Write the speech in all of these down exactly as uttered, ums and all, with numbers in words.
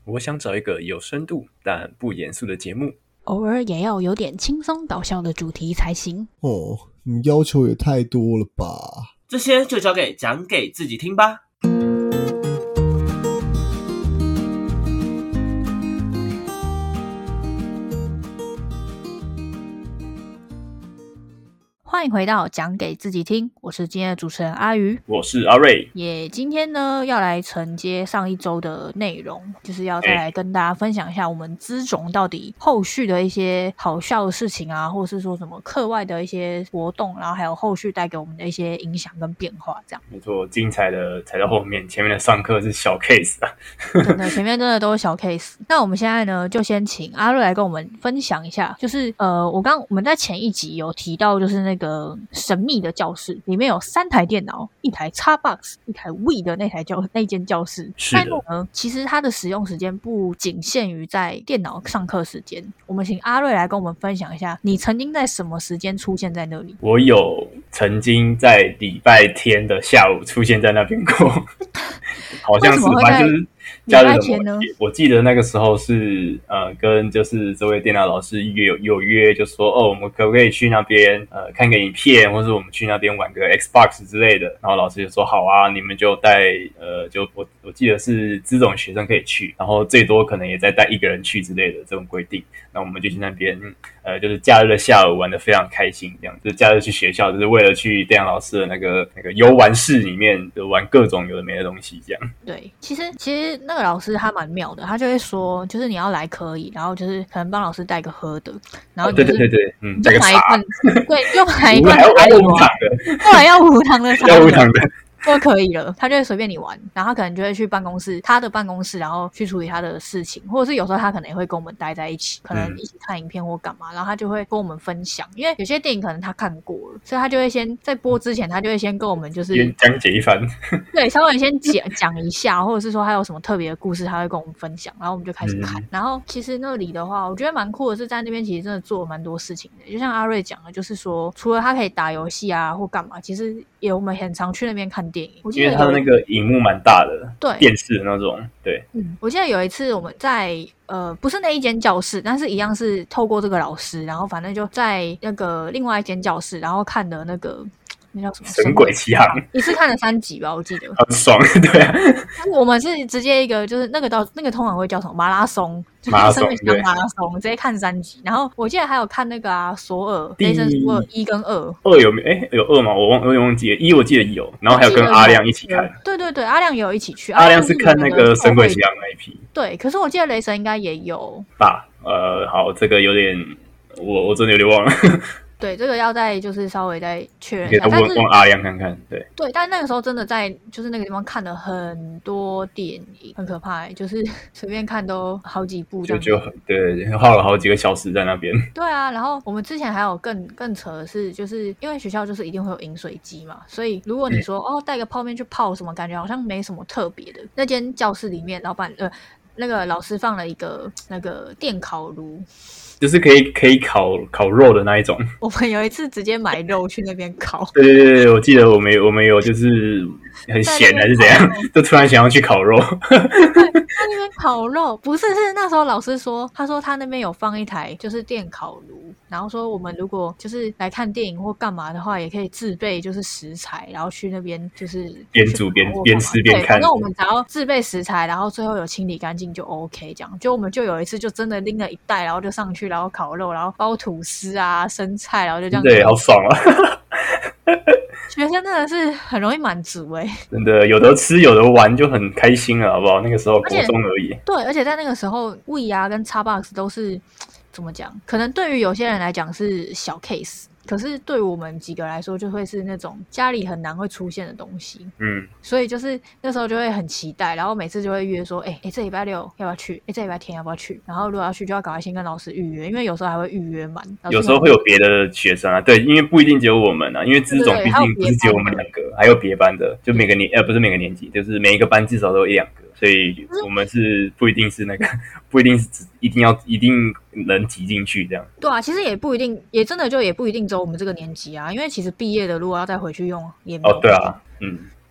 我想找一个有深度但不严肃的节目， 偶尔也要有点轻松搞笑的主题才行。 哦，你们要求也太多了吧？ 这些就交给讲给自己听吧。 欢迎回到讲给自己听，我是今天的主持人阿鱼， 我是阿瑞。 也、yeah, 今天呢要来承接上一周的内容，就是要再来跟大家分享一下我们资种到底后续的一些好笑的事情啊，或者是说什么课外的一些活动，然后还有后续带给我们的一些影响跟变化，这样。 没错，精彩的才到后面，前面的上课是小 case 啊。 真的，前面真的都是小 case。那我们现在呢，就先请阿瑞来跟我们分享一下，就是呃，我刚我们在前一集有提到，就是那个。呃，神秘的教室里面有三台电脑，一台 Xbox， 一台 Wii 的那台教那间教室。 是的。 呢，其实它的使用时间不仅限于在电脑上课时间。我们请阿瑞来跟我们分享一下，你曾经在什么时间出现在那里？ 我有曾经在礼拜天的下午出现在那边过，好像是吧，就是假日的某天，我记得那个时候是呃跟就是这位电脑老师有有约，就说哦，我们可不可以去那边呃看个影片，或是我们去那边玩个 Xbox 之类的。然后老师就说好啊，你们就带呃就我我记得是资种学生可以去，然后最多可能也再带一个人去之类的这种规定。那我们就去那边呃就是假日的下午玩得非常开心，这样就是假日去学校就是为了去电脑老师的那个那个游玩室里面就玩各种有的没的东西这样。 对，其实其实那个老师他蛮妙的，他就会说，就是你要来可以，然后就是可能帮老师带个喝的，然后、就是、 对对对对，嗯，带个茶， 对，又买一罐要无糖的， 后来要无糖的茶， 要无糖的。 就可以了，他就会随便你玩，然后他可能就会去办公室，他的办公室，然后去处理他的事情，或者是有时候他可能也会跟我们待在一起，可能一起看影片或干嘛，然后他就会跟我们分享，因为有些电影可能他看过了，所以他就会先在播之前，他就会先跟我们就是讲解一番， 对，稍微先讲讲一下，或者是说他有什么特别的故事，他会跟我们分享，然后我们就开始看。嗯、然后其实那里的话，我觉得蛮酷的是，在那边其实真的做了蛮多事情的，就像阿瑞讲的，就是说除了他可以打游戏啊或干嘛，其实也我们很常去那边看电影，我记得因为他的那个萤幕蛮大的， 对， 电视的那种，对， 嗯，我记得有一次我们在呃不是那一间教室，但是一样是透过这个老师，然后反正就在那个另外一间教室，然后看的那个那叫什么《 神鬼奇航》， 一次看了三集吧，我记得很爽，对啊。 我们是直接一个就是那个到那个通常会叫什么马拉松。 马拉松， 对，马拉松直接看三集，然后我记得还有看那个啊，索尔雷神索尔一跟二， 二有没有？哎，有二吗？我忘，我有点忘记了。一我记得有，然后还有跟阿亮一起看。 对对对，阿亮也有一起去。 阿亮是看那个《神鬼奇航》那一批。 对，可是我记得雷神应该也有吧？呃，好，这个有点，我我真的有点忘了。 对，这个要再就是稍微再确认一下。 可以问问阿亮看看，对对，但那个时候真的在就是那个地方看了很多电影，很可怕、欸，就是随便看都好几部这样就就对，耗了好几个小时在那边。 对啊，然后我们之前还有更更扯的是，就是因为学校就是一定会有饮水机嘛，所以如果你说、嗯、哦带个泡面去泡什么，感觉好像没什么特别的。那间教室里面，老板呃那个老师放了一个那个电烤炉。 就是可以可以烤烤肉的那一种。 我们有一次直接买肉去那边烤。 对对对对，我记得我们我们有就是很闲还是怎样，就突然想要去烤肉。 对，他那边烤肉不是是那时候老师说，他说他那边有放一台就是电烤炉，然后说我们如果就是来看电影或干嘛的话，也可以自备就是食材，然后去那边就是边煮边边吃边看。 那我们只要自备食材，然后最后有清理干净就 OK 这样。就我们就有一次就真的拎了一袋，然后就上去。然后烤肉，然后包吐司啊、生菜，然后就这样。 对，好爽啊！ 学生真的是很容易满足哎、欸， 真的有得吃有得玩就很开心了，好不好？那个时候国中而已。 对，而且在那个时候 ，Wii 啊跟 Xbox 都是怎么讲？可能对于有些人来讲是小 case。可是对我们几个来说，就会是那种家里很难会出现的东西，嗯，所以就是那时候就会很期待，然后每次就会约说，哎、欸、哎、欸，这礼拜六要不要去？哎、欸，这礼拜天要不要去？然后如果要去，就要赶快先跟老师预约，因为有时候还会预约满。 有时候会有别的学生啊，对，因为不一定只有我们啊，因为资种毕竟不是只有我们两个，还有别班的，就每个年呃不是每个年级，就是每一个班至少都有一两个。所以我们是不一定是那个，不一定是一定要一定能挤进去这样。 对啊，其实也不一定，也真的就也不一定只有我们这个年级啊，因为其实毕业的如果要再回去用也没有。 哦，对啊，嗯。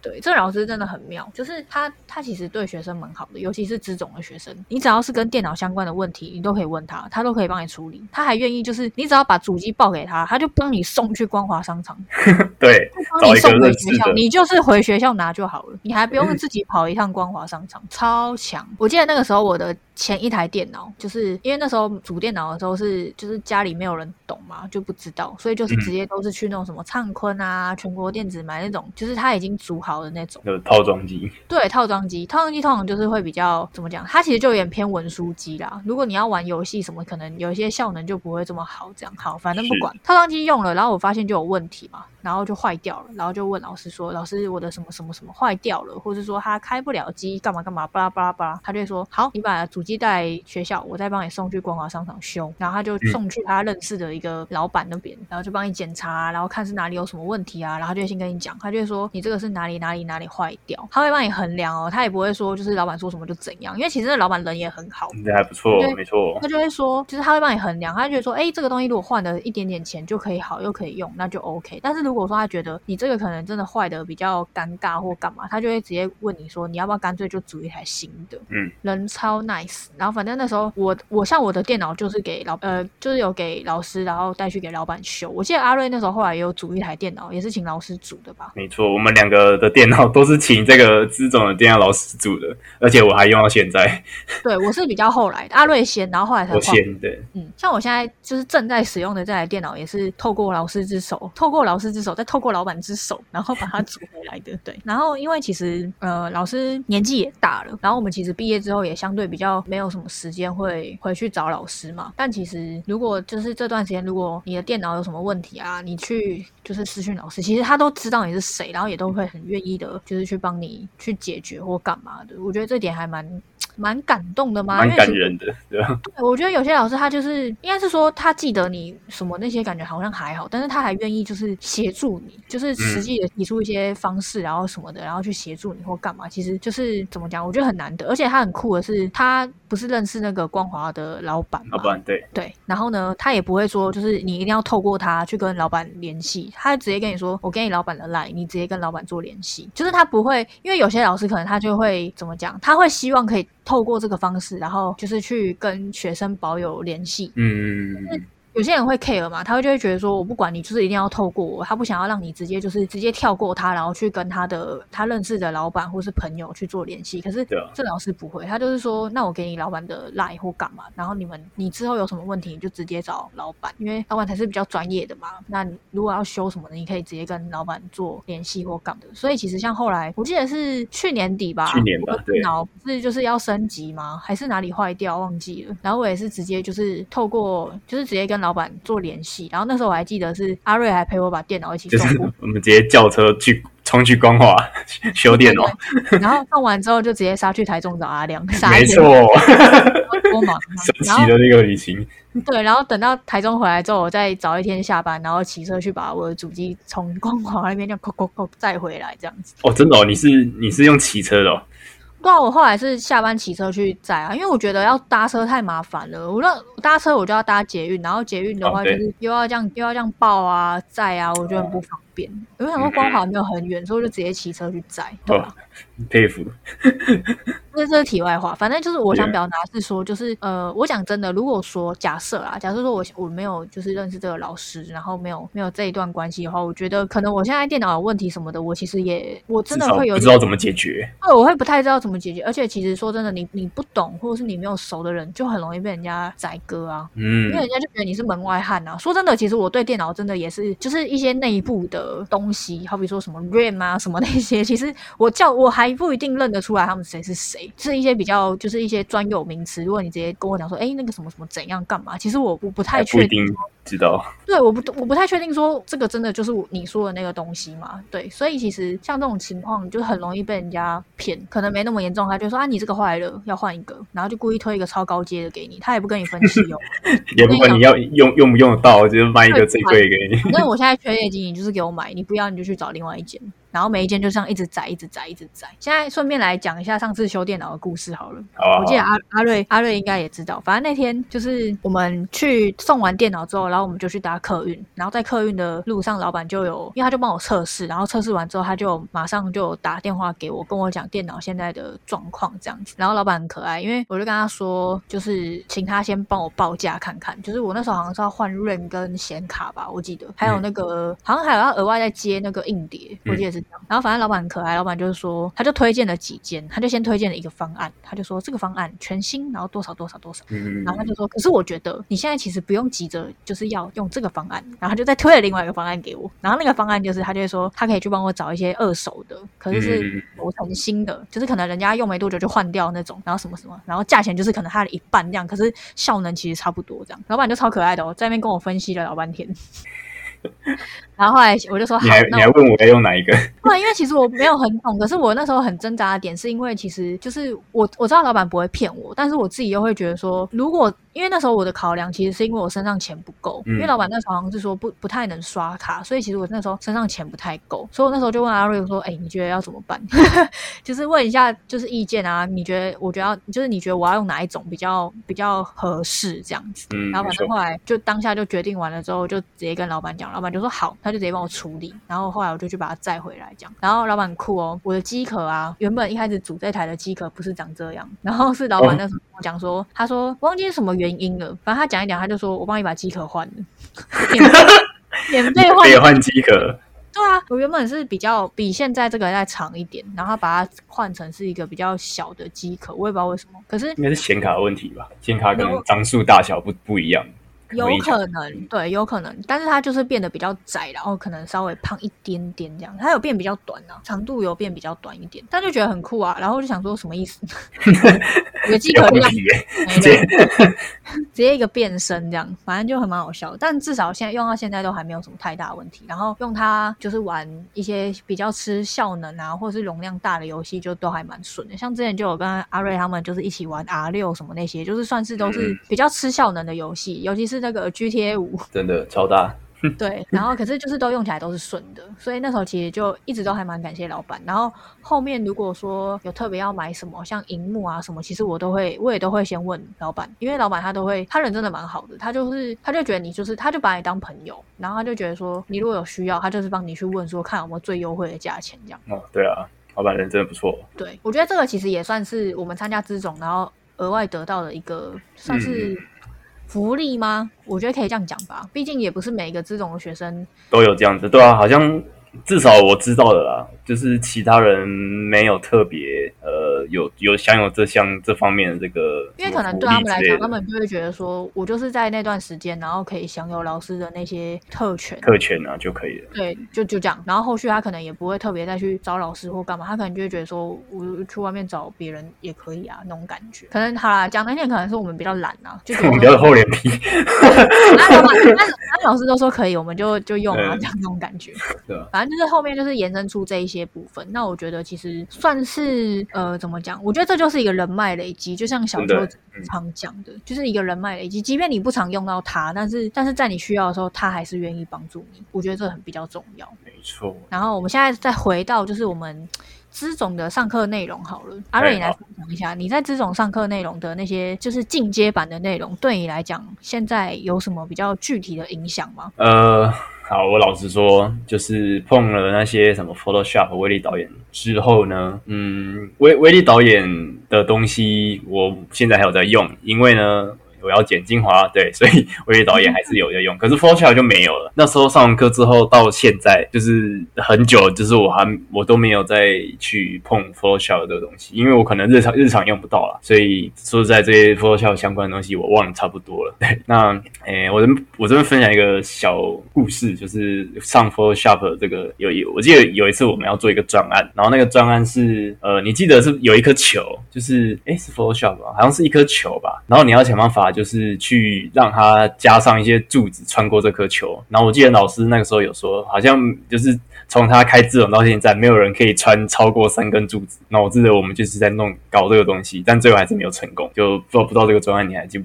对，这个老师真的很妙，就是他他其实对学生蛮好的，尤其是资中的学生，你只要是跟电脑相关的问题，你都可以问他，他都可以帮你处理。他还愿意就是你只要把主机报给他，他就帮你送去光华商场， 对， 帮你送回学校，你就是回学校拿就好了，你还不用自己跑一趟光华商场，超强。我记得那个时候我的前一台电脑，就是因为那时候组电脑的时候是就是家里没有人懂嘛，就不知道，所以就是直接都是去那种什么灿坤啊、全国电子买那种，就是他已经组好的那种套装机。 对，套装机，套装机通常就是会比较怎么讲，它其实就有点偏文书机啦。如果你要玩游戏什么，可能有一些效能就不会这么好，这样好，反正不管。套装机用了，然后我发现就有问题嘛，然后就坏掉了，然后就问老师说，老师我的什么什么什么坏掉了，或者说他开不了机，干嘛干嘛，巴拉巴拉巴拉，他就会说好，你把主机带学校，我再帮你送去光华商场修，然后他就送去他认识的一个老板那边，然后就帮你检查，然后看是哪里有什么问题啊，然后他就会先跟你讲，他就会说你这个是哪里哪里哪里坏掉，他会帮你衡量哦，他也不会说就是老板说什么就怎样，因为其实那老板人也很好， 这还不错，没错， 他就会说，就是他会帮你衡量，他就觉得说，哎，这个东西如果换了一点点钱就可以好又可以用，那就 OK。但是如果说他觉得你这个可能真的坏的比较尴尬或干嘛，他就会直接问你说，你要不要干脆就组一台新的？嗯，人超 nice。然后反正那时候我我像我的电脑就是给老呃就是有给老师，然后带去给老板修。我记得阿瑞那时候后来也有组一台电脑，也是请老师组的吧？ 没错，我们两个的电脑都是请这个资总的电脑老师组的，而且我还用到现在。 对，我是比较后来的，阿瑞先，然后后来才换。 我先，对， 嗯，像我现在就是正在使用的这台电脑，也是透过老师之手，透过老师之手，再透过老板之手，然后把它组回来的。对，然后因为其实呃老师年纪也大了，然后我们其实毕业之后也相对比较没有什么时间会回去找老师嘛。但其实如果就是这段时间，如果你的电脑有什么问题啊，你去就是私讯老师，其实他都知道你是谁，然后也都会很愿意的，就是去帮你去解决或干嘛的。我觉得这点还蛮。蛮感动的嘛， 蛮感人的，对吧？ 对，我觉得有些老师他就是应该是说他记得你什么那些感觉好像还好，但是他还愿意就是协助你，就是实际的提出一些方式，然后什么的，然后去协助你或干嘛，其实就是怎么讲，我觉得很难得，而且他很酷的是，他不是认识那个光华的老板嘛， 老板对对，然后呢，他也不会说就是你一定要透过他去跟老板联系，他直接跟你说我给你老板的 line， 你直接跟老板做联系，就是他不会，因为有些老师可能他就会怎么讲，他会希望可以透过这个方式，然后就是去跟学生保有联系。嗯，有些人会 care 嘛，他会就会觉得说我不管你就是一定要透过我，他不想要让你直接就是直接跳过他，然后去跟他的他认识的老板或是朋友去做联系。可是这老师不会，他就是说那我给你老板的 line 或干嘛，然后你们你之后有什么问题你就直接找老板，因为老板才是比较专业的嘛。那你如果要修什么的，你可以直接跟老板做联系或干嘛的。所以其实像后来我记得是去年底吧， 去年吧，对， 电脑不是就是要升级吗？还是哪里坏掉忘记了？然后我也是直接就是透过就是直接跟老板做联系。然后那时候我还记得是阿瑞还陪我把电脑一起送过， 就是我们直接叫车去冲去光华修电脑， 然后送完之后就直接杀去台中找阿亮， 没错， 多忙， 神奇的那个旅行。 对，然后等到台中回来之后，我再找一天下班，然后骑车去把我的主机从光华那边这样扣扣扣载回来，这样子。 哦，真的哦，你是你是用骑车的哦？ 对啊，我后来是下班骑车去载啊，因为我觉得要搭车太麻烦了。我那搭车我就要搭捷运，然后捷运的话就是又要这样、哦、又要这样抱啊载啊，我觉得很不方便。我想说光华没有很远，所以我就直接骑车去载。对吧？ 哦，佩服。 这这是题外话，反正就是我想表达是说，就是呃，我讲真的，如果说假设啊，假设说我我没有就是认识这个老师，然后没有没有这一段关系的话，我觉得可能我现在电脑有问题什么的，我其实也我真的会有不知道怎么解决， 对，我会不太知道怎么解决，而且其实说真的，你你不懂或者是你没有熟的人，就很容易被人家宰割啊，嗯，因为人家就觉得你是门外汉啊。说真的，其实我对电脑真的也是就是一些内部的东西，好比说什么 RAM 啊什么那些，其实我叫我还不一定认得出来他们谁是谁，是一些比较就是一些专有名词。如果你直接跟我讲说，哎，那个什么什么怎样干嘛，其实我我不太确定。 知道， 对，我不我不太确定说这个真的就是你说的那个东西嘛？对，所以其实像这种情况就很容易被人家骗，可能没那么严重，他就说啊你这个坏了要换一个，然后就故意推一个超高阶的给你，他也不跟你分析哦， 也不管你要用用不用得到，就是卖一个最贵给你。 那我现在缺业绩，你就是给我买，你不要你就去找另外一间。 然后每一间就这样一直载一直载一直载。现在顺便来讲一下上次修电脑的故事好了。 好啊， 我记得阿阿瑞阿瑞应该也知道，反正那天就是我们去送完电脑之后，然后我们就去搭客运，然后在客运的路上老板就有，因为他就帮我测试，然后测试完之后他就马上就打电话给我，跟我讲电脑现在的状况这样子。然后老板很可爱，因为我就跟他说就是请他先帮我报价看看，就是我那时候好像是要换 RAM 跟显卡吧，我记得还有那个、嗯、好像还有要额外再接那个硬碟，我记得是这样、嗯、然后反正老板很可爱，老板就是说他就推荐了几间，他就先推荐了一个方案，他就说这个方案全新，然后多少多少多少、嗯、然后他就说可是我觉得你现在其实不用急着就是要用这个方案，然后他就再推了另外一个方案给我，然后那个方案就是他就会说他可以去帮我找一些二手的，可是是磨成新的、嗯、就是可能人家用没多久就换掉那种，然后什么什么，然后价钱就是可能它的一半这样，可是效能其实差不多这样。老板就超可爱的哦，在那边跟我分析了老半天然后后来我就说好， 你还你还问我要用哪一个？ 对，因为其实我没有很懂，可是我那时候很挣扎的点是因为其实就是我我知道老板不会骗我，但是我自己又会觉得说，如果因为那时候我的考量其实是因为我身上钱不够、嗯、因为老板那时候好像是说不不太能刷卡，所以其实我那时候身上钱不太够，所以我那时候就问阿瑞说，哎、欸，你觉得要怎么办？就是问一下就是意见啊，你觉得我觉得要就是你觉得我要用哪一种比较比较合适这样子、嗯、然后反正后来就当下就决定完了之后就直接跟老板讲，老板就说好，他就直接帮我处理，然后后来我就去把它载回来这样。然后老板很酷哦，我的机壳啊原本一开始组这台的机壳不是长这样，然后是老板那时候跟我讲说、哦、他说忘记是什么原因了，反正他讲一讲他就说我帮你把机壳换了免费换免费换机壳。 对啊，我原本是比较比现在这个再长一点，然后他把它换成是一个比较小的机壳，我也不知道为什么，可是应该是显卡的问题吧，显卡可能张数大小不不一样， 有可能，对，有可能，但是它就是变得比较窄，然后可能稍微胖一点点这样，它有变比较短啊，长度有变比较短一点，但就觉得很酷啊，然后就想说什么意思？我的机壳就这样直接直接一个变身这样，反正就很蛮好笑的，但至少现在用到现在都还没有什么太大的问题。然后用它就是玩一些比较吃效能啊，或是容量大的游戏，就都还蛮顺的。像之前就有跟阿瑞他们就是一起玩 R 六 什么那些，就是算是都是比较吃效能的游戏，尤其是那个 G T A 五， 真的超大。 对，然后可是就是都用起来都是顺的，所以那时候其实就一直都还蛮感谢老板。然后后面如果说有特别要买什么像萤幕啊什么，其实我都会我也都会先问老板，因为老板他都会，他人真的蛮好的，他就是他就觉得你就是他就把你当朋友，然后他就觉得说你如果有需要，他就是帮你去问说看有没有最优惠的价钱这样。 哦，对啊，老板人真的不错。 对，我觉得这个其实也算是我们参加资种然后额外得到的一个算是、嗯福利吗？我觉得可以这样讲吧，毕竟也不是每个资种的学生都有这样子，对啊，好像至少我知道的啦，就是其他人没有特别呃有有享有这项这方面的这个， 因为可能对他们来讲，他们就会觉得说，我就是在那段时间，然后可以享有老师的那些特权， 特权啊就可以了。 对，就就这样。然后后续他可能也不会特别再去找老师或干嘛，他可能就会觉得说，我去外面找别人也可以啊，那种感觉。可能好啦，讲难听，可能是我们比较懒啊，就觉得我们比较厚脸皮。 那老师那老师都说可以，我们就就用啊，这样那种感觉。对，反正就是后面就是延伸出这一些部分。那我觉得其实算是呃怎么讲？我觉得这就是一个人脉累积，就像小秋常讲的，嗯、就是一个人脉累积。即便你不常用到它，但是但是在你需要的时候，他还是愿意帮助你。我觉得这很比较重要。 没错。 然后我们现在再回到就是我们资种的上课内容好了，阿瑞你来分享一下，你在资种上课内容的那些就是进阶版的内容，对你来讲现在有什么比较具体的影响吗？ 呃，好，我老实说，就是碰了那些什么 Photoshop 威力导演之后呢，嗯，威威力导演的东西我现在还有在用，因为呢我要剪精华，对，所以威力导演还是有在用，可是 Photoshop 就没有了。那时候上完课之后到现在就是很久，就是我还我都没有再去碰 Photoshop 的东西，因为我可能日常日常用不到啦，所以说实在这些 Photoshop 相关的东西我忘了差不多了。对，那诶，我这我这边分享一个小故事，就是上 Photoshop 这个有我记得有一次我们要做一个专案，然后那个专案是呃，你记得是有一颗球，就是诶是 Photoshop 吧，好像是一颗球吧，然后你要想办法就是去让它加上一些柱子穿过这颗球，然后我记得老师那个时候有说，好像就是从他开资种到现在，没有人可以穿超过三根柱子。那我记得我们就是在弄搞这个东西，但最后还是没有成功，就不知道不知道这个专案你还记不记得？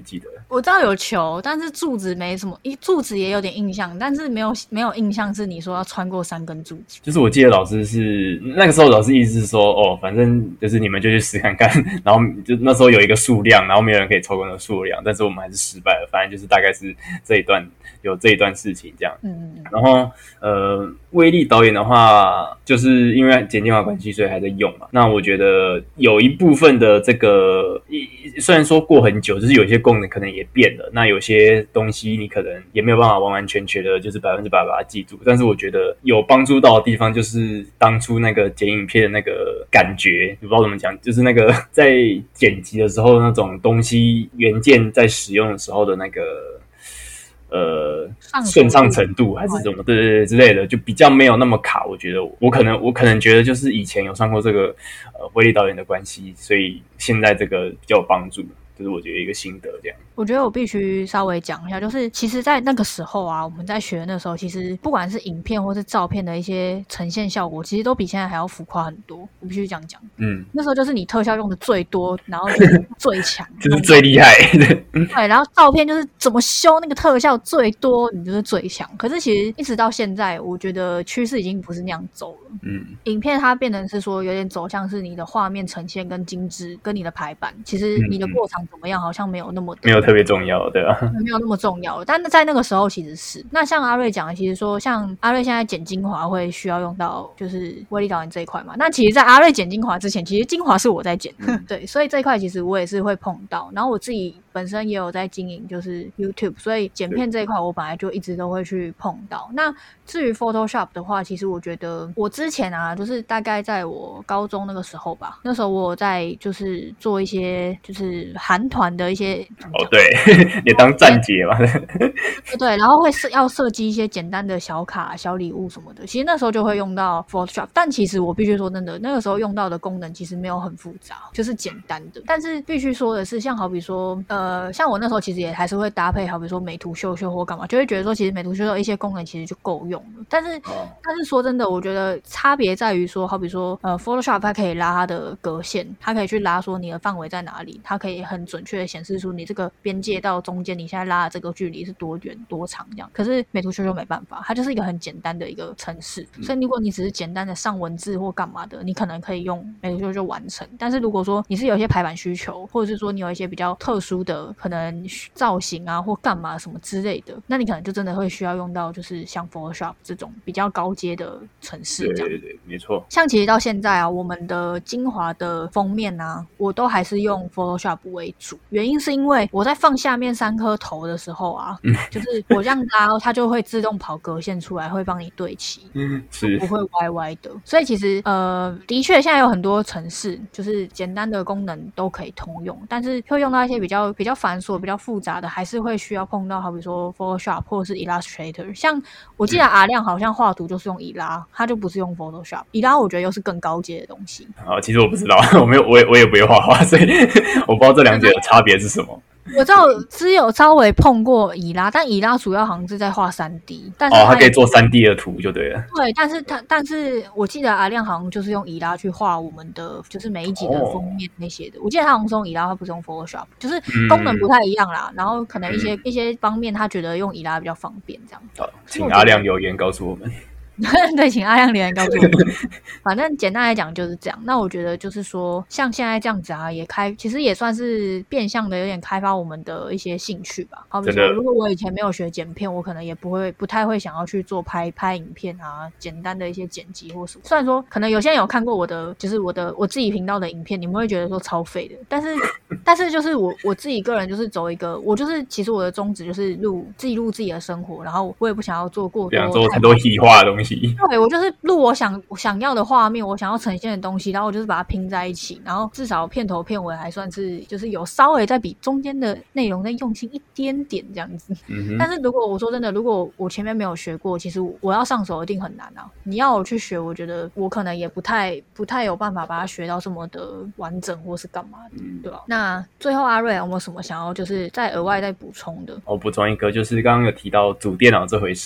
我知道有球，但是柱子没什么，柱子也有点印象，但是没有没有印象是你说要穿过三根柱子。 就是我记得老师是那个时候老师意思是说，哦，反正就是你们就去试看看，然后就那时候有一个数量，然后没有人可以超过那个数量，但是我们还是失败了。反正就是大概是这一段有这一段事情这样。嗯，然后呃，威力导演的话，就是因为简介化关系，所以还在用嘛。那我觉得有一部分的这个，虽然说过很久，就是有些功能可能也变了，那有些东西你可能也没有办法完完全全的，就是百分之百把它记住。但是我觉得有帮助到的地方，就是当初那个剪影片的那个感觉，不知道怎么讲，就是那个在剪辑的时候那种东西元件在使用的时候的那个。呃，顺畅程度还是什么，对对对之类的，就比较没有那么卡。我觉得我可能我可能觉得就是以前有上过这个呃威力导演的关系，所以现在这个比较有帮助。就是我觉得一个心得这样。 我觉得我必须稍微讲一下，就是其实在那个时候啊，我们在学那时候，其实不管是影片或是照片的一些呈现效果，其实都比现在还要浮夸很多。我必须这样讲。嗯，那时候就是你特效用的最多，然后就是最强， 就是最厉害。 对，然后照片就是怎么修那个特效最多，你就是最强。可是其实一直到现在，我觉得趋势已经不是那样走了。嗯，影片它变成是说有点走向是你的画面呈现跟精致，跟你的排版，其实你的过场怎么样，好像没有那么没有特别重要，对吧？ 没有那么重要，但在那个时候其实是。那像阿瑞讲的，其实说像阿瑞现在剪精华会需要用到就是威力导演这一块嘛。那其实，在阿瑞剪精华之前，其实精华是我在剪的，对，所以这一块其实我也是会碰到。然后我自己本身也有在经营就是 YouTube， 所以剪片这一块我本来就一直都会去碰到。那至于 Photoshop 的话，其实我觉得我之前啊，就是大概在我高中那个时候吧，那时候我有在就是做一些就是韩团的一些哦，对，也当站姐嘛， 对，然后会设要设计一些简单的小卡、小礼物什么的。其实那时候就会用到 Photoshop， 但其实我必须说真的，那个时候用到的功能其实没有很复杂，就是简单的。但是必须说的是，像好比说，呃，像我那时候其实也还是会搭配，好比说美图秀秀或干嘛，就会觉得说，其实美图秀秀一些功能其实就够用了。但是，哦、但是说真的，我觉得差别在于说，好比说，呃 ，Photoshop 它可以拉它的格线，它可以去拉说你的范围在哪里，它可以很准确的显示出你这个边界到中间，你现在拉的这个距离是多远多长这样。可是美图秀秀没办法，它就是一个很简单的一个程式，所以如果你只是简单的上文字或干嘛的，你可能可以用美图秀秀完成。但是如果说你是有一些排版需求，或者是说你有一些比较特殊的可能造型啊或干嘛什么之类的，那你可能就真的会需要用到就是像 Photoshop 这种比较高阶的程式这样。 对对对，没错。像其实到现在啊，我们的精华的封面啊，我都还是用 Photoshop 为主。原因是因为我在放下面三颗头的时候啊，嗯、就是我这样拉，它就会自动跑格线出来，会帮你对齐，嗯，是不会歪歪的。所以其实呃，的确现在有很多程式，就是简单的功能都可以通用，但是会用到一些比较比较繁琐、比较复杂的，还是会需要碰到，好比说 Photoshop 或者是 Illustrator。像我记得阿亮好像画图就是用以拉，他就不是用 Photoshop。以拉我觉得又是更高阶的东西。 啊，其实我不知道，我没有，我也我也不会画画，所以我不知道这两者的差别是什么。 我知道只有稍微碰过以拉，但以拉主要好像是在画 三 D， 但是哦，它可以做 三 D 的图就对了。 对，但是它但是我记得阿亮好像就是用以拉去画我们的就是每一集的封面那些的。哦、我记得他好像是用以拉，他不是用 Photoshop， 就是功能不太一样啦。嗯、然后可能一些、嗯、一些方面他觉得用以拉比较方便这样。 好，请阿亮留言告诉我们。 对，请阿亮留言告诉我们。反正简单来讲就是这样。那我觉得就是说，像现在这样子啊，也开，其实也算是变相的有点开发我们的一些兴趣吧。好比说，如果我以前没有学剪片，我可能也不会，不太会想要去做拍拍影片啊，简单的一些剪辑或什么。虽然说，可能有些人有看过我的，就是我的我自己频道的影片，你们会觉得说超废的，但是，但是就是我我自己个人就是走一个，我就是其实我的宗旨就是录记录自己的生活，然后我也不想要做过多， 不想做很多异化的东西。 对，我就是录我想我想要的画面，我想要呈现的东西，然后我就是把它拼在一起，然后至少片头片尾还算是就是有稍微再比中间的内容再用心一点点这样子。嗯、但是如果我说真的，如果我前面没有学过，其实我要上手一定很难啊。你要我去学，我觉得我可能也不太不太有办法把它学到这么的完整或是干嘛的，嗯、对吧？那最后阿瑞有没有什么想要就是再额外再补充的？ 我补充一个，就是刚刚有提到主电脑这回事嘛。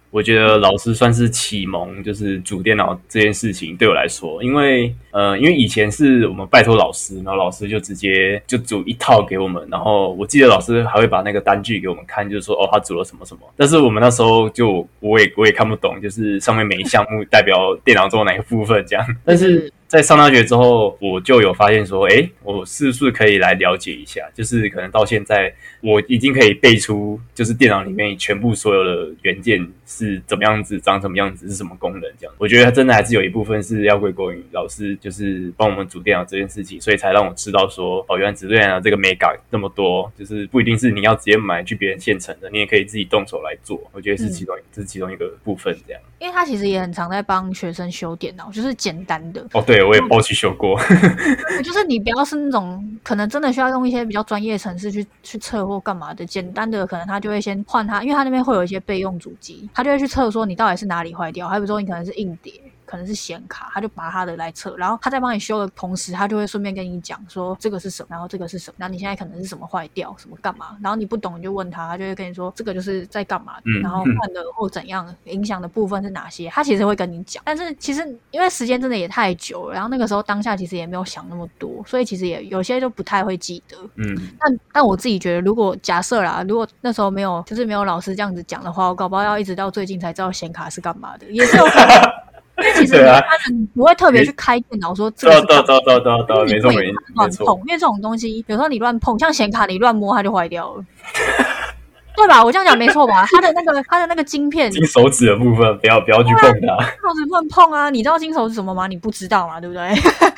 我觉得老师算是启蒙，就是组电脑这件事情对我来说，因为呃，因为以前是我们拜托老师，然后老师就直接就组一套给我们，然后我记得老师还会把那个单据给我们看，就是说哦，他组了什么什么，但是我们那时候就我也我也看不懂，就是上面每一项目代表电脑中哪个部分这样，但是在上大学之后，我就有发现说，诶，我是不是可以来了解一下？就是可能到现在，我已经可以背出，就是电脑里面全部所有的元件是怎么样子，长什么样子，是什么功能这样。我觉得它真的还是有一部分是要归功于老师，就是帮我们组电脑这件事情，所以才让我知道说，哦，原来组电脑这个 mega 那么多，就是不一定是你要直接买去别人现成的，你也可以自己动手来做。我觉得是其中，嗯、这是其中一个部分这样。 因为他其实也很常在帮学生修电脑，就是简单的。 哦，对，我也包去修过。 就是你不要是那种可能真的需要用一些比较专业的程式去去测或干嘛的，简单的可能他就会先换他，因为他那边会有一些备用主机，他就会去测说你到底是哪里坏掉，还比如说你可能是硬碟。可能是显卡，他就把他的来测，然后他在帮你修的同时，他就会顺便跟你讲说这个是什么，然后这个是什么，然后你现在可能是什么坏掉，什么干嘛，然后你不懂你就问他，他就会跟你说这个就是在干嘛的，嗯、然后换的或怎样影响的部分是哪些，他其实会跟你讲。但是其实因为时间真的也太久了，然后那个时候当下其实也没有想那么多，所以其实也有些就不太会记得。嗯，但但我自己觉得，如果假设啦，如果那时候没有就是没有老师这样子讲的话，我搞不好要一直到最近才知道显卡是干嘛的，也是有可能。因为其实他们不会特别去开电脑说这个是干嘛的， 对对对对对，没错没乱碰，因为这种东西有时候你乱碰，像显卡你乱摸它就坏掉了。对吧？我这样讲没错吧？它的那个它的那个晶片， 金手指的部分不要不要去碰它，金手指乱碰啊！你知道金手指什么吗？你不知道嘛？对不对？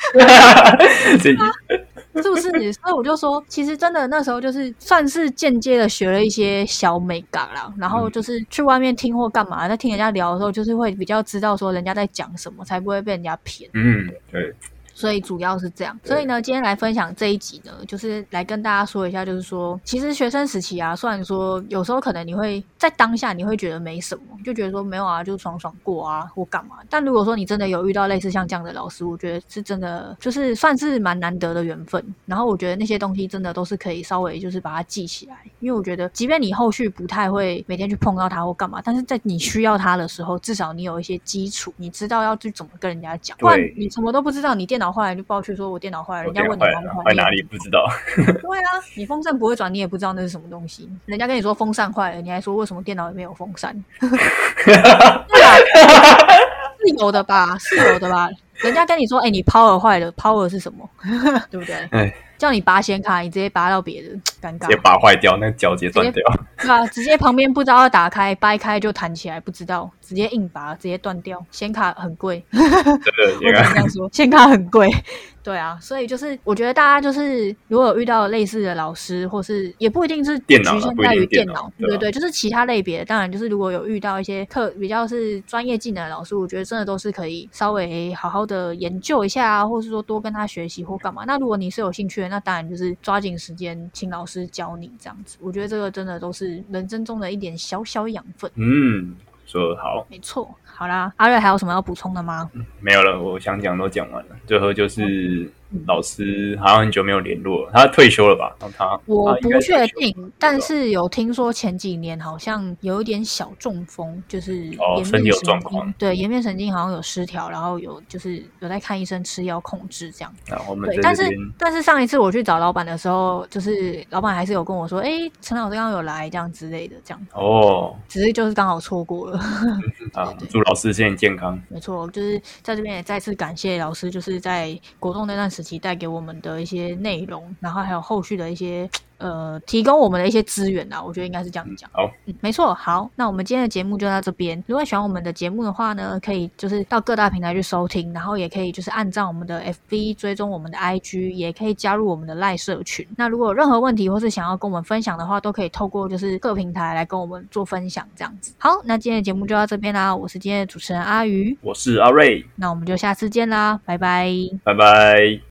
是不是？所以我就说，其实真的那时候就是算是间接的学了一些小美感啦，然后就是去外面听或干嘛，在听人家聊的时候，就是会比较知道说人家在讲什么，才不会被人家骗。 嗯，对。 所以主要是这样，所以呢，今天来分享这一集呢，就是来跟大家说一下，就是说，其实学生时期啊，虽然说有时候可能你会在当下你会觉得没什么，就觉得说没有啊，就爽爽过啊，或干嘛。但如果说你真的有遇到类似像这样的老师，我觉得是真的，就是算是蛮难得的缘分。然后我觉得那些东西真的都是可以稍微就是把它记起来，因为我觉得，即便你后续不太会每天去碰到它或干嘛，但是在你需要它的时候，至少你有一些基础，你知道要去怎么跟人家讲。不然你什么都不知道，你电脑坏了就报去说我电脑坏了，人家问你哪里坏， 坏哪里不知道。 对啊，你风扇不会转，你也不知道那是什么东西。人家跟你说风扇坏了，你还说为什么电脑里面有风扇？对啊，是有的吧？是有的吧？人家跟你说，哎、欸，你 power 坏了 ，power 是什么？对不对？哎。叫你拔显卡，你直接拔到别的，尴尬。 直接拔坏掉，那个角直接断掉。 对啊，直接旁边不知道要打开，掰开就弹起来，不知道，直接硬拔，直接断掉。显卡很贵，真的， 我敢这样说，显卡很贵。对啊，所以就是我觉得大家就是如果有遇到类似的老师，或是也不一定是局限在于电脑，对对对，就是其他类别。当然就是如果有遇到一些课比较是专业技能的老师，我觉得真的都是可以稍微好好的研究一下啊，或是说多跟他学习或干嘛。那如果你是有兴趣的，那当然就是抓紧时间请老师教你这样子。我觉得这个真的都是人生中的一点小小养分。 嗯，说得好， 没错。好啦，阿瑞还有什么要补充的吗？ 嗯、没有了，我想讲都讲完了。最后就是老师好像很久没有联络了，他退休了吧？他我不确定，但是有听说前几年好像有一点小中风，就是颜面神经、哦、对颜面神经好像有失调，然后有就是有在看医生吃药控制这样。 啊、我们对，但是但是上一次我去找老板的时候，就是老板还是有跟我说，哎，陈老师刚刚有来这样之类的这样。哦，只是就是刚好错过了。 啊，祝老师现在健康。 没错，就是在这边也再次感谢老师，就是在国中那段时期带给我们的一些内容，然后还有后续的一些呃提供我们的一些资源啦，我觉得应该是这样讲。 好、 嗯，没错。好，那我们今天的节目就到这边。如果喜欢我们的节目的话呢，可以就是到各大平台去收听，然后也可以就是按照我们的 F B 追踪我们的 I G， 也可以加入我们的 LINE 社群。那如果有任何问题或是想要跟我们分享的话，都可以透过就是各平台来跟我们做分享这样子。好，那今天的节目就到这边啦，我是今天的主持人阿鱼， 我是阿瑞， 那我们就下次见啦，拜拜， 拜拜。